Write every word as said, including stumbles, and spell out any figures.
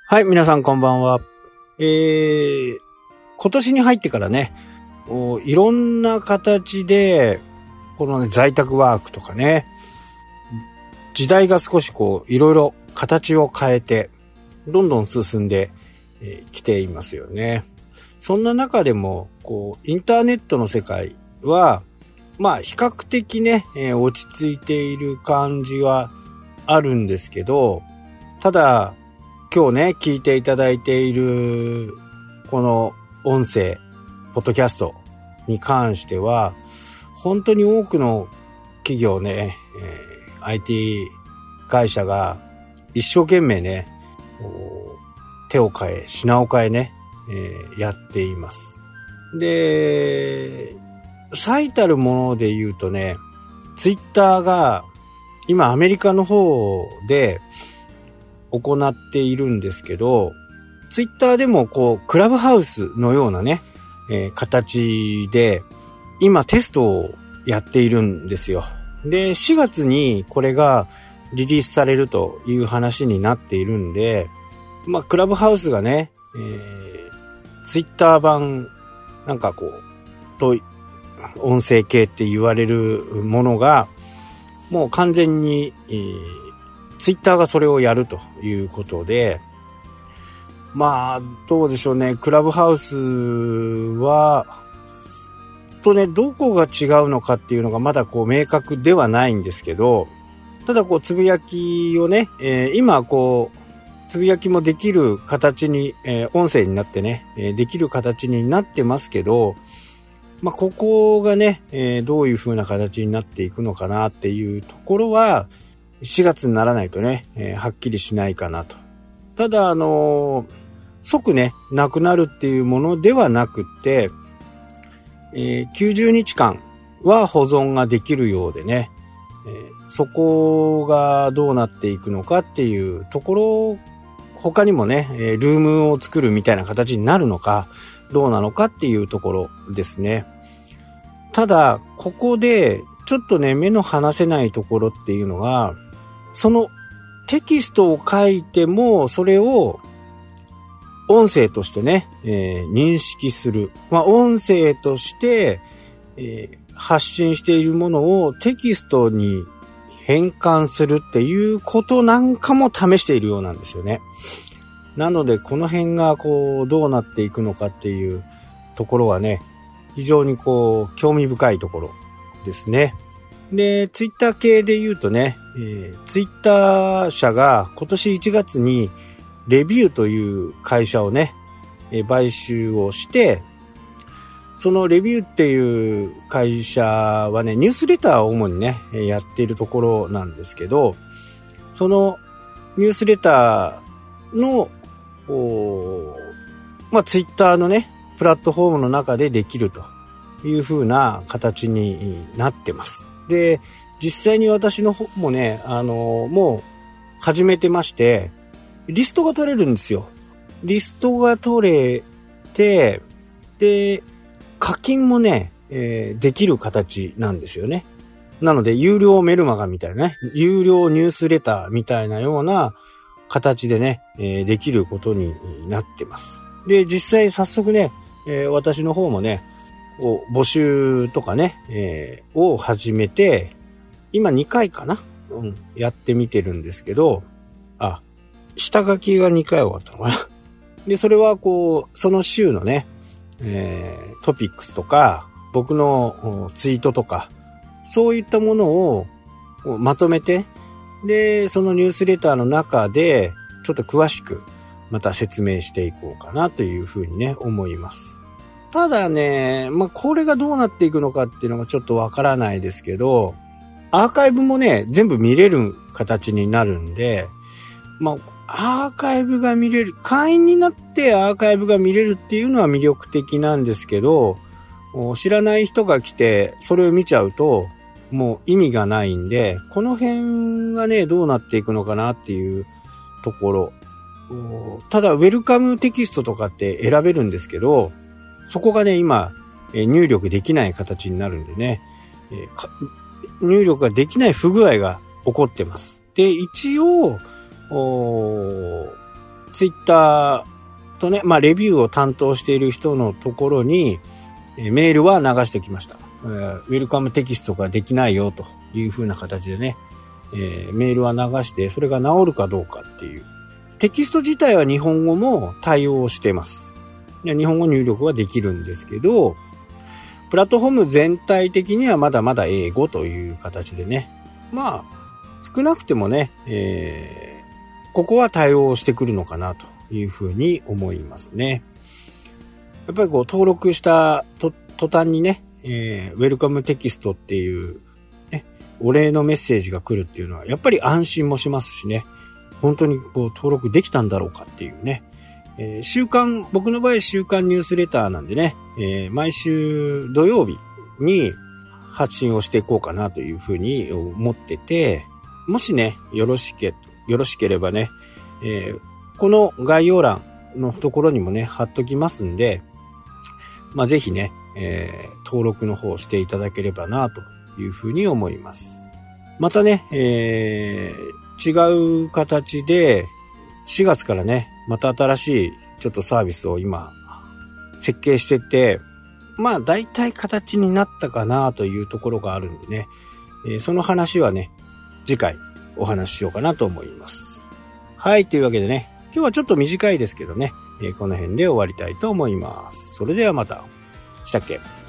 はい、皆さんこんばんは。えー、今年に入ってからね、いろんな形で、この、ね、在宅ワークとかね、時代が少しこう、いろいろ形を変えて、どんどん進んできていますよね。そんな中でも、こう、インターネットの世界は、まあ、比較的ね、えー、落ち着いている感じはあるんですけど、ただ、今日ね、聞いていただいている、この音声、ポッドキャストに関しては、本当に多くの企業ね、えー、アイティー 会社が一生懸命ね、手を変え、品を変えね、えー、やっています。で、最たるもので言うとね、ツイッターが今アメリカの方で行っているんですけど、ツイッターでもこうクラブハウスのようなね、えー、形で今テストをやっているんですよ。で、しがつにこれがリリースされるという話になっているんで、まあクラブハウスがね、えー、ツイッター版なんかこうと音声系って言われるものがもう完全に、えー、ツイッターがそれをやるということで、まあどうでしょうね、クラブハウスはとね、どこが違うのかっていうのがまだこう明確ではないんですけど、ただこうつぶやきをね、えー、今こうつぶやきもできる形に、えー、音声になってね、えー、できる形になってますけど、まあここがね、えー、どういう風な形になっていくのかなっていうところはしがつにならないとね、えー、はっきりしないかなと。ただあのー、即ねなくなるっていうものではなくって、えー、きゅうじゅうにちかんは保存ができるようでね、えー、そこがどうなっていくのかっていうところ、他にもね、えー、ルームを作るみたいな形になるのかどうなのかっていうところですね。ただここでちょっとね目の離せないところっていうのが、そのテキストを書いてもそれを音声としてね、えー、認識する。まあ音声として、えー、発信しているものをテキストに変換するっていうことなんかも試しているようなんですよね。なのでこの辺がこうどうなっていくのかっていうところはね、非常にこう興味深いところですね。で、ツイッター系で言うとね、えー、ツイッター社が今年いちがつにレビューという会社をね、えー、買収をして、そのレビューっていう会社はね、ニュースレターを主にね、やっているところなんですけど、そのニュースレターの、まあ、ツイッターのね、プラットフォームの中でできるという風な形になってます。で、実際に私の方もね、あの、もう始めてまして、リストが取れるんですよ。リストが取れて、で、課金もね、えー、できる形なんですよね。なので、有料メルマガみたいなね、有料ニュースレターみたいなような形でね、えー、できることになってます。で、実際早速ね、えー、私の方もね、募集とかね、えー、を始めて、今にかいかな、うん、やってみてるんですけど、あ、下書きがにかい終わったのかな。で、それはこう、その週のね、えー、トピックスとか、僕のツイートとか、そういったものをまとめて、で、そのニュースレターの中で、ちょっと詳しくまた説明していこうかなというふうにね、思います。ただね、まあ、これがどうなっていくのかっていうのがちょっとわからないですけど、アーカイブもね、全部見れる形になるんで、まあ、アーカイブが見れる、会員になってアーカイブが見れるっていうのは魅力的なんですけど、知らない人が来てそれを見ちゃうともう意味がないんで、この辺がねどうなっていくのかなっていうところ。ただウェルカムテキストとかって選べるんですけど、そこがね今入力できない形になるんでね、入力ができない不具合が起こってます。で、一応ツイッターとね、まあレビューを担当している人のところに、えー、メールは流してきました。えー、ウェルカムテキストができないよという風な形でね、えー、メールは流して、それが治るかどうかっていう。テキスト自体は日本語も対応してます。いや、日本語入力はできるんですけど、プラットフォーム全体的にはまだまだ英語という形でね。まあ、少なくてもね、えー、ここは対応してくるのかなというふうに思いますね。やっぱりこう登録したと途端にね、えー、ウェルカムテキストっていう、ね、お礼のメッセージが来るっていうのは、やっぱり安心もしますしね。本当にこう登録できたんだろうかっていうね。えー、週刊、僕の場合週刊ニュースレターなんでね、えー、毎週土曜日に発信をしていこうかなというふうに思ってて、もしね、よろしけ、よろしければね、えー、この概要欄のところにもね、貼っときますんで、まあ、ぜひね、えー、登録の方していただければなというふうに思います。またね、えー、違う形でしがつからね、また新しいちょっとサービスを今設計してて、まあ大体形になったかなというところがあるんでね、えー、その話はね、次回お話ししようかなと思います。はい、というわけでね、今日はちょっと短いですけどね、えー、この辺で終わりたいと思います。それではまた。したっけ？